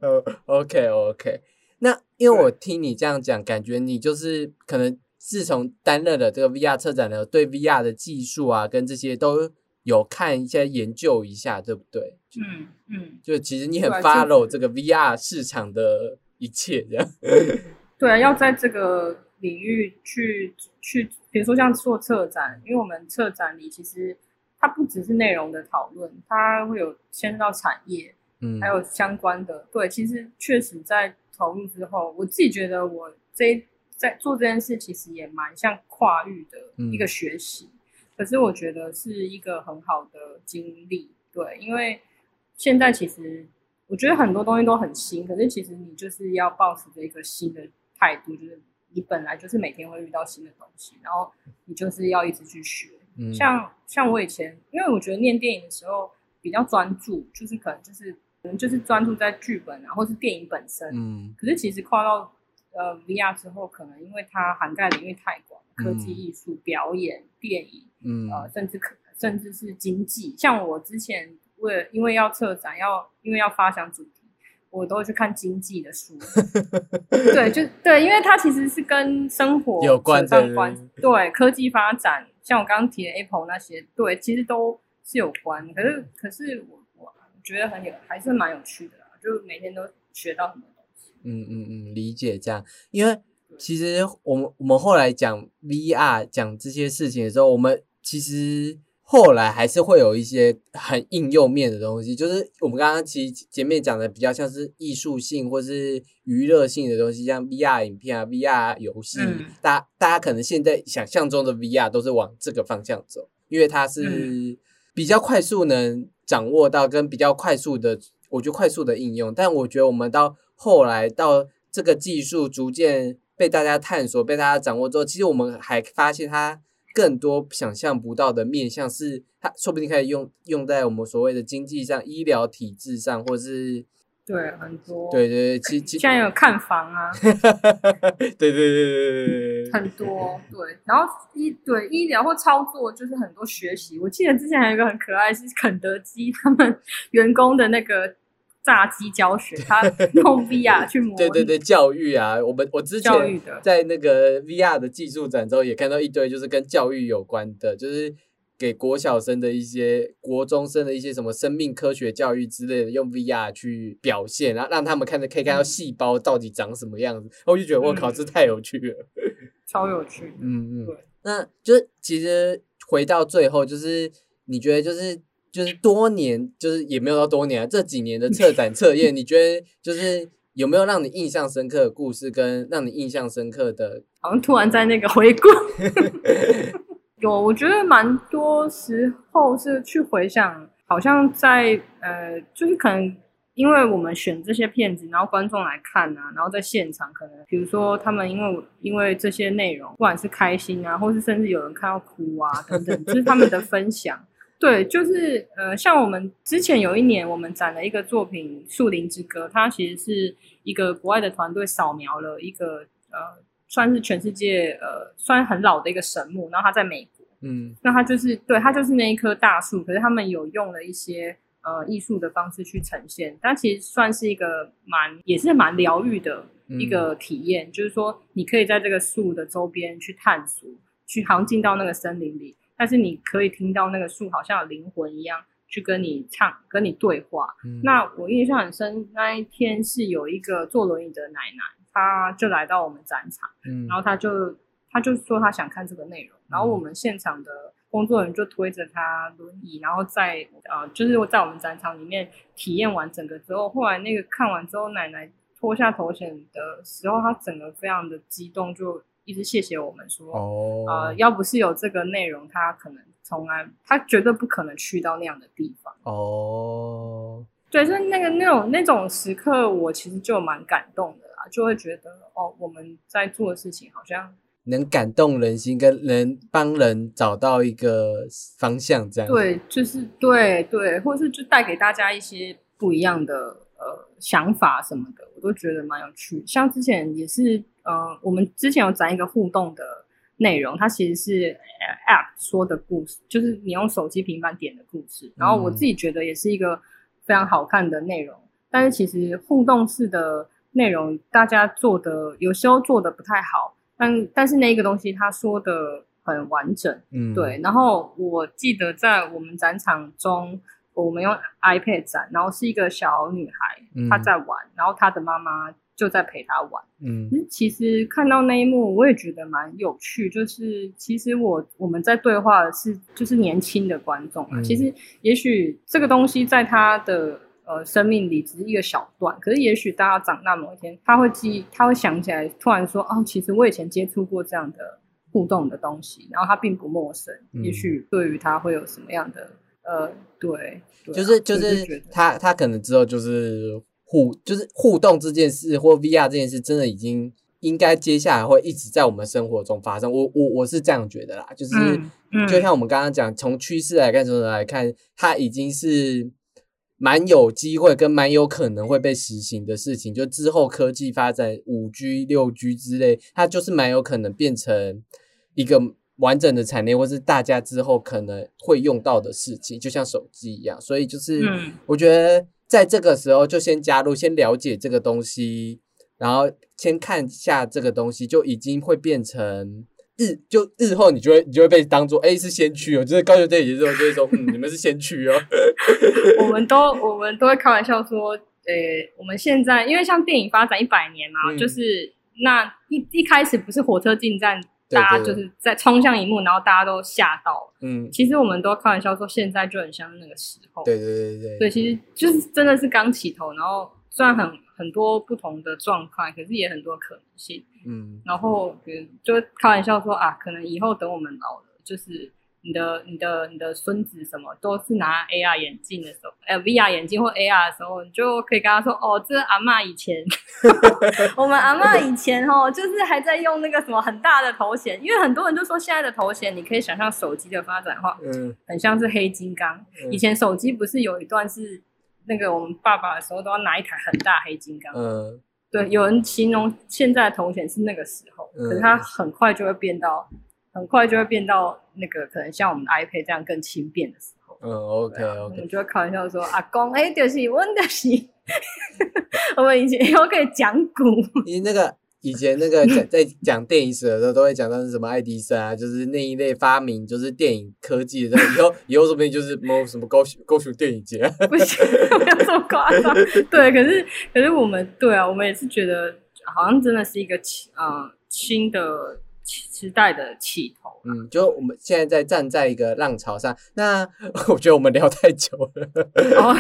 OK OK， 那因为我听你这样讲，感觉你就是可能自从担任了这个 V R 策展的，对 V R 的技术啊，跟这些都有看一些研究一下，对不对？嗯嗯，就其实你很 follow 这个 V R 市场的一切，这样。 对啊，要在这个领域去去，比如说像做策展，因为我们策展里其实它不只是内容的讨论，它会有牵涉到产业，嗯，还有相关的。对，其实确实在投入之后，我自己觉得我这在做这件事，其实也蛮像跨域的一个学习。嗯，可是我觉得是一个很好的经历，对，因为现在其实我觉得很多东西都很新，可是其实你就是要抱持着一个新的态度，就是你本来就是每天会遇到新的东西，然后你就是要一直去学。嗯，像像我以前，因为我觉得念电影的时候比较专注，就是可能就是可能就是专注在剧本啊，或是电影本身。嗯，可是其实跨到呃 V R 之后，可能因为它涵盖领域太广，科技艺术、表演、电影。嗯，呃，甚至可甚至是经济，像我之前为了因为要策展，要因为要发想主题，我都会去看经济的书。对，就对，因为它其实是跟生活有关的， 关对科技发展，像我刚刚提的 Apple 那些，对，其实都是有关。可是可是我我觉得很有，还是蛮有趣的啦，就每天都学到很多东西。 嗯嗯嗯，理解这样，因为其实我们我们后来讲 V R 讲这些事情的时候，我们其实后来还是会有一些很应用面的东西，就是我们刚刚其实前面讲的比较像是艺术性或是娱乐性的东西，像 V R 影片啊 V R 游戏、嗯、大, 大家可能现在想象中的 V R 都是往这个方向走，因为它是比较快速能掌握到跟比较快速的我觉得快速的应用，但我觉得我们到后来到这个技术逐渐被大家探索被大家掌握之后，其实我们还发现它更多想象不到的面向，是它说不定可以用用在我们所谓的经济上、医疗体制上，或是对很多对对对，其其现在有看房啊， 对对对对对， 很多对，然后医对医疗或操作就是很多学习。我记得之前还有一个很可爱，是肯德基他们员工的那个炸鸡教学，他用 V R 去模拟。 对对对，教育啊，我们我之前在那个 V R 的技术展之后，也看到一堆就是跟教育有关的，就是给国小生的一些、国中生的一些什么生命科学教育之类的，用 V R 去表现，然后让他们看着可以看到细胞到底长什么样子。然后我就觉得我靠，这太有趣了， 超有趣。 嗯嗯，对。那就是其实回到最后，就是你觉得就是。就是多年，就是也没有到多年啊，这几年的策展测验，你觉得就是有没有让你印象深刻的故事，跟让你印象深刻的？ 好像突然在那个回顾，有，我觉得蛮多时候是去回想， 好像在呃，就是可能因为我们选这些片子，然后观众来看啊，然后在现场可能比如说他们因为因为这些内容，不管是开心啊，或是甚至有人看到哭啊等等，就是他们的分享。对，就是呃，像我们之前有一年，我们展了一个作品《树林之歌》，它其实是一个国外的团队扫描了一个呃，算是全世界呃，算很老的一个神木，然后它在美国，嗯，那它就是对，它就是那一棵大树，可是他们有用了一些呃艺术的方式去呈现，但其实算是一个蛮也是蛮疗愈的一个体验，嗯，就是说你可以在这个树的周边去探索，去好像进到那个森林里。但是你可以听到那个树好像有灵魂一样去跟你唱跟你对话，嗯，那我印象很深，那一天是有一个坐轮椅的奶奶，她就来到我们展场，嗯，然后她就她就说她想看这个内容，然后我们现场的工作人员就推着她轮椅，然后在呃就是在我们展场里面体验完整个之后，后来那个看完之后，奶奶脱下头衔的时候，她整个非常的激动，就一直谢谢我们说，哦，呃，要不是有这个内容，他可能从来，他绝对不可能去到那样的地方。哦，对，所以那个那种那种时刻，我其实就蛮感动的啦，就会觉得哦，我们在做的事情好像能感动人心，跟能帮人找到一个方向，这样。 对，就是对对，或是就带给大家一些不一样的呃想法什么的，我都觉得蛮有趣。像之前也是。呃，我们之前有展一个互动的内容，它其实是 App 说的故事，就是你用手机平板点的故事，然后我自己觉得也是一个非常好看的内容，但是其实互动式的内容大家做的有时候做的不太好，但但是那个东西他说的很完整，嗯，对。然后我记得在我们展场中，我们用 iPad 展，然后是一个小女孩，嗯，她在玩，然后她的妈妈就在陪她玩，嗯，其实看到那一幕我也觉得蛮有趣，就是其实我我们在对话的是就是年轻的观众啊，嗯，其实也许这个东西在他的呃生命里只是一个小段，可是也许大家长大某一天他会记他会想起来，突然说哦，其实我以前接触过这样的互动的东西，然后他并不陌生，嗯，也许对于他会有什么样的呃对，对啊， 就是就是他他可能之后就是互就是互动这件事或 V R 这件事真的已经应该接下来会一直在我们生活中发生，我我我是这样觉得啦，就是，嗯嗯，就像我们刚刚讲，从趋势来看，从来看，它已经是蛮有机会跟蛮有可能会被实行的事情，就之后科技发展 五 G 六 G 之类，它就是蛮有可能变成一个完整的产业，或是大家之后可能会用到的事情，就像手机一样，所以就是我觉得在这个时候就先加入，先了解这个东西，然后先看一下这个东西，就已经会变成日就日后你就会你就会被当作哎是先驱哦，就是高雄电影节之后就会说嗯你们是先驱哦。 我们都我们都会开玩笑说，呃，我们现在因为像电影发展一百年嘛，嗯，就是那一一开始不是火车进站。大家就是在冲向荧幕，然后大家都吓到了。嗯，其实我们都开玩笑说，现在就很像那个时候。 对对对对。 对，其实就是真的是刚起头，然后虽然很很多不同的状况，可是也很多可能性。嗯，然后就开玩笑说啊，可能以后等我们老了，就是你的你的你的孙子什么都是拿 A R 眼镜的时候，呃 V R 眼镜或 A R 的时候，你就可以跟他说哦，这阿嬷以前我们阿嬷以前哦，就是还在用那个什么很大的头衔，因为很多人就说现在的头衔，你可以想象手机的发展的话，嗯，很像是黑金刚。嗯，以前手机不是有一段是那个我们爸爸的时候都要拿一台很大黑金刚，嗯，对，有人形容现在的头衔是那个时候，嗯，可是它很快就会变到。很快就会变到那个可能像我们的 iPad 这样更轻便的时候。 嗯 ，OK OK。 我们就会开玩笑说阿公，哎，就是我就是我们以前以后可以讲古。 你那个以前那个在在讲电影史的时候，都会讲到是什么爱迪生啊，就是那一类发明，就是电影科技的。以后以后说不定就是某什么高雄高雄电影节。 不行，不要这么夸张。对，可是可是我们对啊，我们也是觉得好像真的是一个呃新的。时代的起头， 嗯，就我们现在在站在一个浪潮上，那我觉得我们聊太久了。哦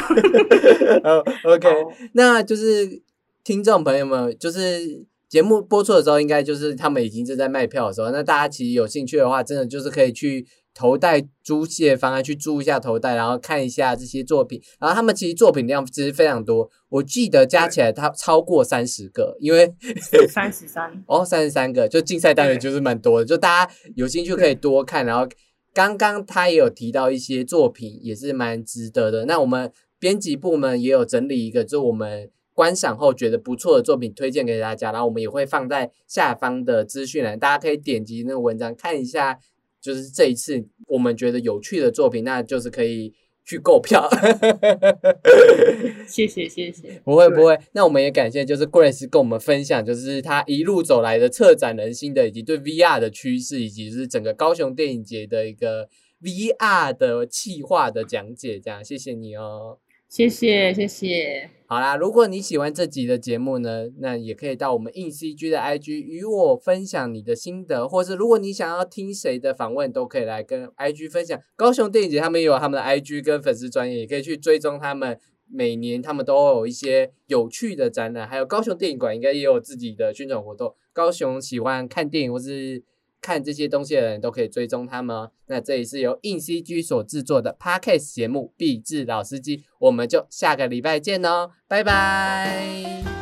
，OK，哦，那就是听众朋友们，就是节目播出的时候，应该就是他们已经是在卖票的时候，那大家其实有兴趣的话，真的就是可以去头戴租借的方案去租一下头戴，然后看一下这些作品，然后他们其实作品量其实非常多，我记得加起来它超过三十个，因为三十三哦三十三个，就竞赛单元就是蛮多的，就大家有兴趣可以多看，然后刚刚他也有提到一些作品也是蛮值得的，那我们编辑部门也有整理一个，就我们观赏后觉得不错的作品推荐给大家，然后我们也会放在下方的资讯栏，大家可以点击那个文章看一下，就是这一次我们觉得有趣的作品，那就是可以去购票。 谢谢谢谢， 不会不会，那我们也感谢就是 Grace 跟我们分享，就是他一路走来的策展人心得，以及对 V R 的趋势，以及就是整个高雄电影节的一个 V R 的企划的讲解，这样谢谢你哦。 谢谢谢谢。 好啦，如果你喜欢这集的节目呢，那也可以到我们硬 C G 的 I G 与我分享你的心得，或是如果你想要听谁的访问，都可以来跟 I G 分享。高雄电影节他们也有他们的 I G 跟粉丝专页，也可以去追踪他们，每年他们都有一些有趣的展览，还有高雄电影馆应该也有自己的宣传活动。高雄喜欢看电影或是看这些东西的人都可以追踪他们哦。那这里是由硬 C G 所制作的 Podcast 节目《壁纸老司机》，我们就下个礼拜见哦，拜拜。